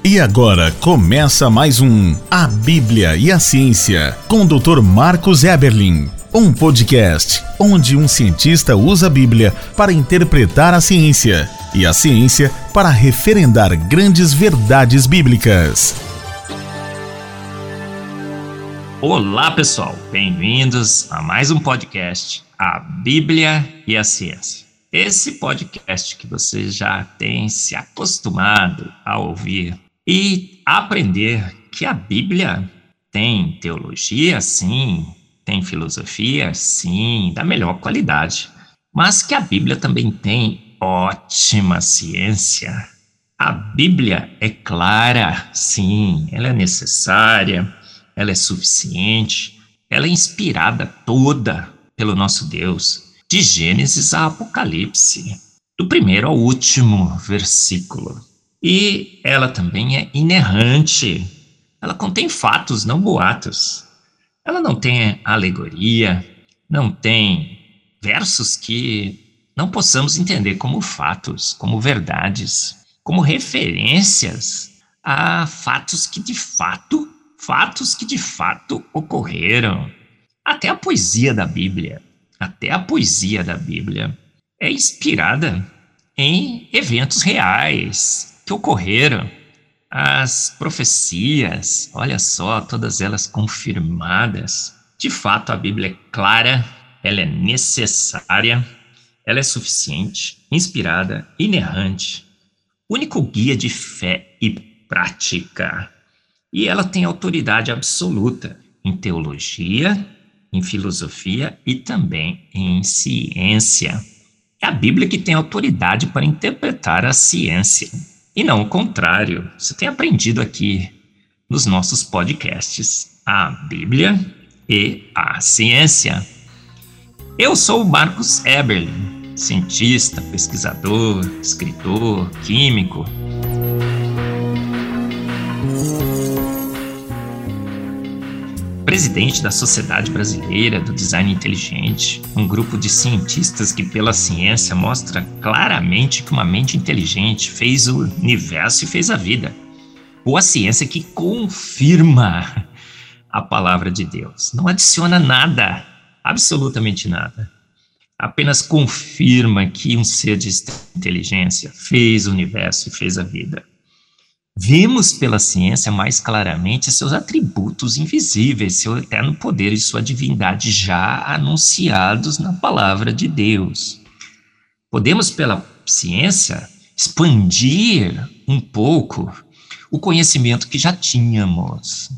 E agora começa mais um A Bíblia e a Ciência, com o Dr. Marcos Eberlin. Um podcast onde um cientista usa a Bíblia para interpretar a ciência e a ciência para referendar grandes verdades bíblicas. Olá, pessoal. Bem-vindos a mais um podcast, A Bíblia e a Ciência. Esse podcast que você já tem se acostumado a ouvir e aprender que a Bíblia tem teologia, sim, tem filosofia, sim, da melhor qualidade, mas que a Bíblia também tem ótima ciência. A Bíblia é clara, sim, ela é necessária, ela é suficiente, ela é inspirada toda pelo nosso Deus, de Gênesis a Apocalipse, do primeiro ao último versículo. E ela também é inerrante, ela contém fatos, não boatos. Ela não tem alegoria, não tem versos que não possamos entender como fatos, como verdades, como referências a fatos que de fato ocorreram. Até a poesia da Bíblia é inspirada em eventos reais que ocorreram. As profecias, olha só, todas elas confirmadas. De fato, a Bíblia é clara, ela é necessária, ela é suficiente, inspirada, inerrante, único guia de fé e prática. E ela tem autoridade absoluta em teologia, em filosofia e também em ciência. É a Bíblia que tem autoridade para interpretar a ciência. E não o contrário. Você tem aprendido aqui nos nossos podcasts a Bíblia e a ciência. Eu sou o Marcos Eberlin, cientista, pesquisador, escritor, químico. Presidente da Sociedade Brasileira do Design Inteligente, um grupo de cientistas que pela ciência mostra claramente que uma mente inteligente fez o universo e fez a vida. Ou a ciência que confirma a palavra de Deus. Não adiciona nada, absolutamente nada. Apenas confirma que um ser de inteligência fez o universo e fez a vida. Vemos pela ciência mais claramente seus atributos invisíveis, seu eterno poder e sua divindade já anunciados na palavra de Deus. Podemos, pela ciência, expandir um pouco o conhecimento que já tínhamos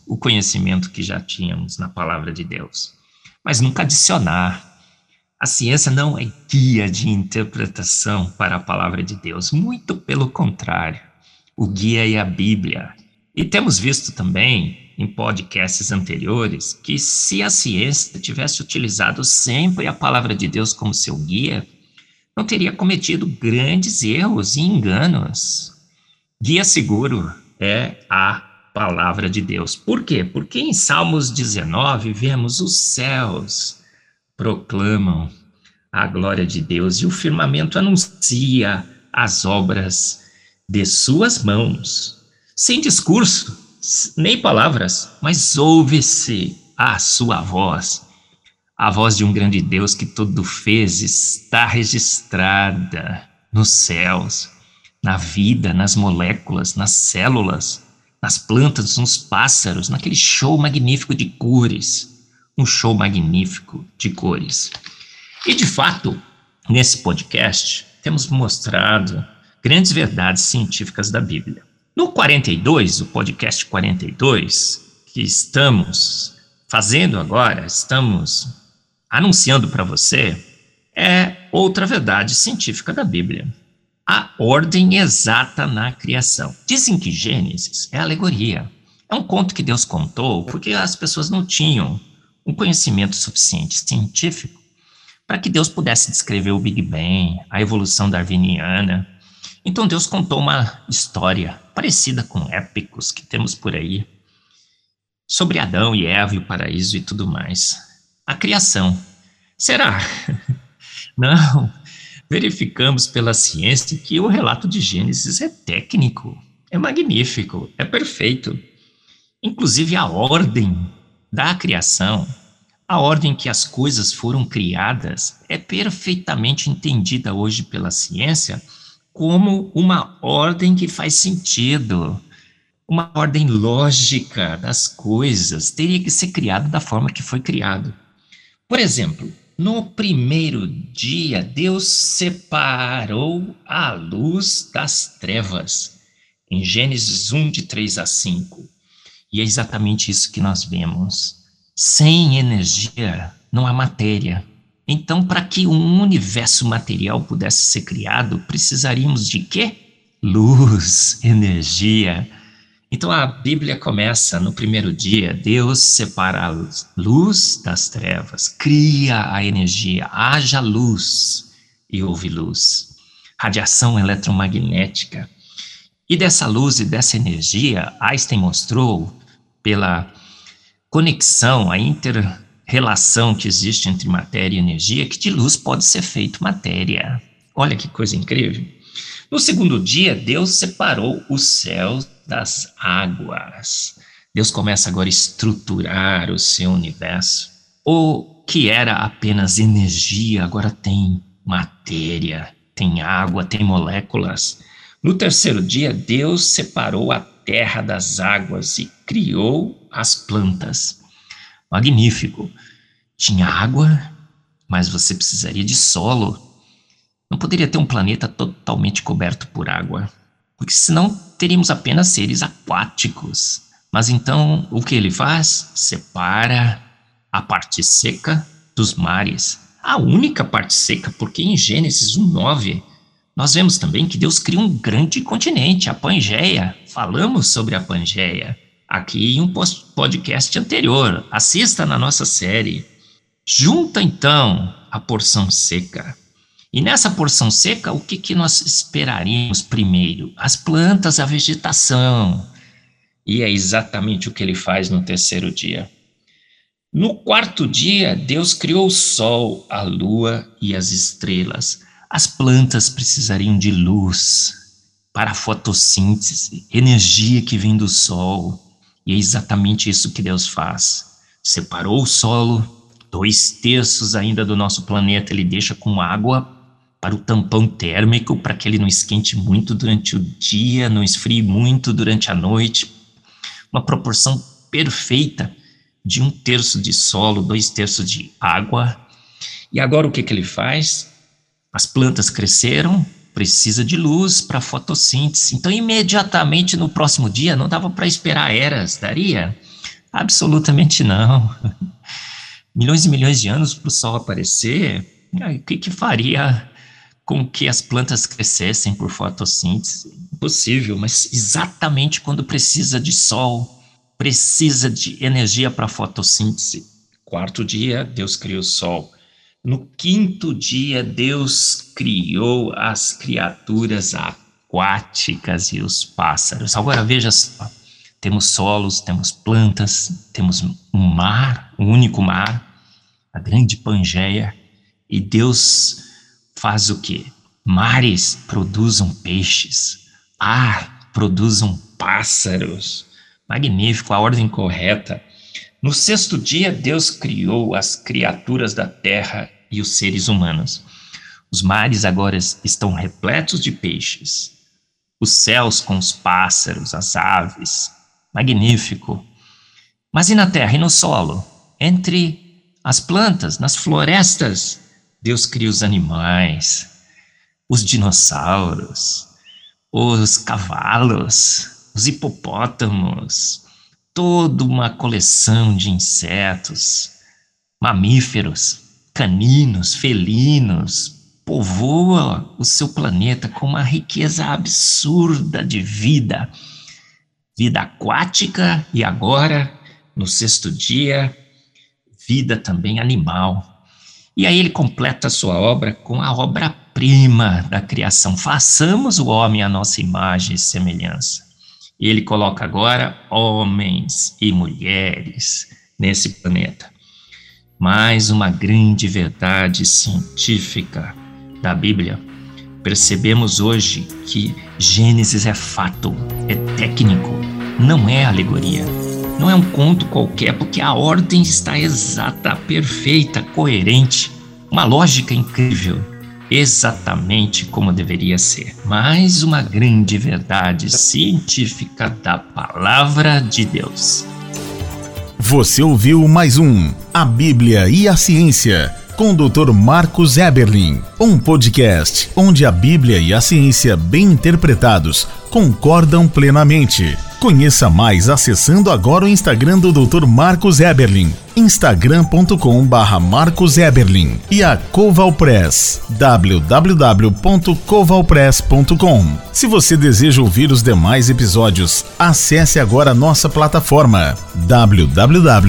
na palavra de Deus, mas nunca adicionar. A ciência não é guia de interpretação para a palavra de Deus, muito pelo contrário. O guia é a Bíblia. E temos visto também, em podcasts anteriores, que se a ciência tivesse utilizado sempre a palavra de Deus como seu guia, não teria cometido grandes erros e enganos. Guia seguro é a palavra de Deus. Por quê? Porque em Salmos 19 vemos os céus proclamam a glória de Deus e o firmamento anuncia as obras de suas mãos, sem discurso, nem palavras, mas ouve-se a sua voz. A voz de um grande Deus que tudo fez está registrada nos céus, na vida, nas moléculas, nas células, nas plantas, nos pássaros, naquele show magnífico de cores. Um show magnífico de cores. E, de fato, nesse podcast, temos mostrado grandes verdades científicas da Bíblia. No 42, o podcast 42, que estamos fazendo agora, estamos anunciando para você, é outra verdade científica da Bíblia. A ordem exata na criação. Dizem que Gênesis é alegoria. É um conto que Deus contou porque as pessoas não tinham um conhecimento suficiente científico para que Deus pudesse descrever o Big Bang, a evolução darwiniana. Então Deus contou uma história parecida com épicos que temos por aí, sobre Adão e Eva e o paraíso e tudo mais. A criação. Será? Não. Verificamos pela ciência que o relato de Gênesis é técnico. É magnífico, é perfeito. Inclusive a ordem da criação, a ordem que as coisas foram criadas, é perfeitamente entendida hoje pela ciência como uma ordem que faz sentido, uma ordem lógica das coisas. Teria que ser criado da forma que foi criado. Por exemplo, no primeiro dia, Deus separou a luz das trevas, em Gênesis 1, de 3 a 5. E é exatamente isso que nós vemos. Sem energia, não há matéria. Então, para que um universo material pudesse ser criado, precisaríamos de quê? Luz, energia. Então, a Bíblia começa no primeiro dia, Deus separa a luz das trevas, cria a energia, haja luz e houve luz. Radiação eletromagnética. E dessa luz e dessa energia, Einstein mostrou, pela conexão, a inter-relação que existe entre matéria e energia, que de luz pode ser feito matéria. Olha que coisa incrível. No segundo dia, Deus separou os céus das águas. Deus começa agora a estruturar o seu universo. O que era apenas energia, agora tem matéria, tem água, tem moléculas. No terceiro dia, Deus separou a terra das águas e criou as plantas. Magnífico. Tinha água, mas você precisaria de solo. Não poderia ter um planeta totalmente coberto por água, porque senão teríamos apenas seres aquáticos. Mas então, o que ele faz? Separa a parte seca dos mares. A única parte seca, porque em Gênesis 1:9, nós vemos também que Deus cria um grande continente, a Pangeia. Falamos sobre a Pangeia aqui em um podcast anterior. Assista na nossa série. Junta então a porção seca. E nessa porção seca, o que nós esperaríamos primeiro? As plantas, a vegetação. E é exatamente o que ele faz no terceiro dia. No quarto dia, Deus criou o sol, a lua e as estrelas. As plantas precisariam de luz para a fotossíntese, energia que vem do sol. E é exatamente isso que Deus faz. Separou o solo, 2/3 ainda do nosso planeta ele deixa com água para o tampão térmico, para que ele não esquente muito durante o dia, não esfrie muito durante a noite. Uma proporção perfeita de 1/3 de solo, 2/3 de água. E agora o que ele faz? As plantas cresceram, precisa de luz para fotossíntese. Então, imediatamente no próximo dia, não dava para esperar eras, daria? Absolutamente não. Milhões e milhões de anos para o sol aparecer, o que faria com que as plantas crescessem por fotossíntese? Impossível, mas exatamente quando precisa de sol, precisa de energia para fotossíntese. Quarto dia, Deus criou o sol. No quinto dia, Deus criou as criaturas aquáticas e os pássaros. Agora veja só, temos solos, temos plantas, temos um mar, um único mar, a grande Pangeia, e Deus faz o quê? Mares produzam peixes, ar produzam pássaros. Magnífico, a ordem correta. No sexto dia, Deus criou as criaturas da terra e os seres humanos. Os mares agora estão repletos de peixes. Os céus com os pássaros, as aves. Magnífico. Mas e na terra e no solo? Entre as plantas, nas florestas, Deus cria os animais, os dinossauros, os cavalos, os hipopótamos, toda uma coleção de insetos, mamíferos, caninos, felinos, povoa o seu planeta com uma riqueza absurda de vida. Vida aquática e agora, no sexto dia, vida também animal. E aí ele completa a sua obra com a obra-prima da criação. Façamos o homem à nossa imagem e semelhança. E ele coloca agora homens e mulheres nesse planeta. Mais uma grande verdade científica da Bíblia. Percebemos hoje que Gênesis é fato, é técnico, não é alegoria. Não é um conto qualquer, porque a ordem está exata, perfeita, coerente, uma lógica incrível, exatamente como deveria ser. Mais uma grande verdade científica da Palavra de Deus. Você ouviu mais um A Bíblia e a Ciência, com o Dr. Marcos Eberlin, um podcast onde a Bíblia e a ciência bem interpretados concordam plenamente. Conheça mais acessando agora o Instagram do Dr. Marcos Eberlin, instagram.com/Marcos Eberlin, e a Coval Press, www.covalpress.com. Se você deseja ouvir os demais episódios, acesse agora nossa plataforma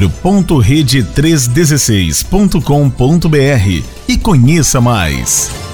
www.rede316.com.br e conheça mais.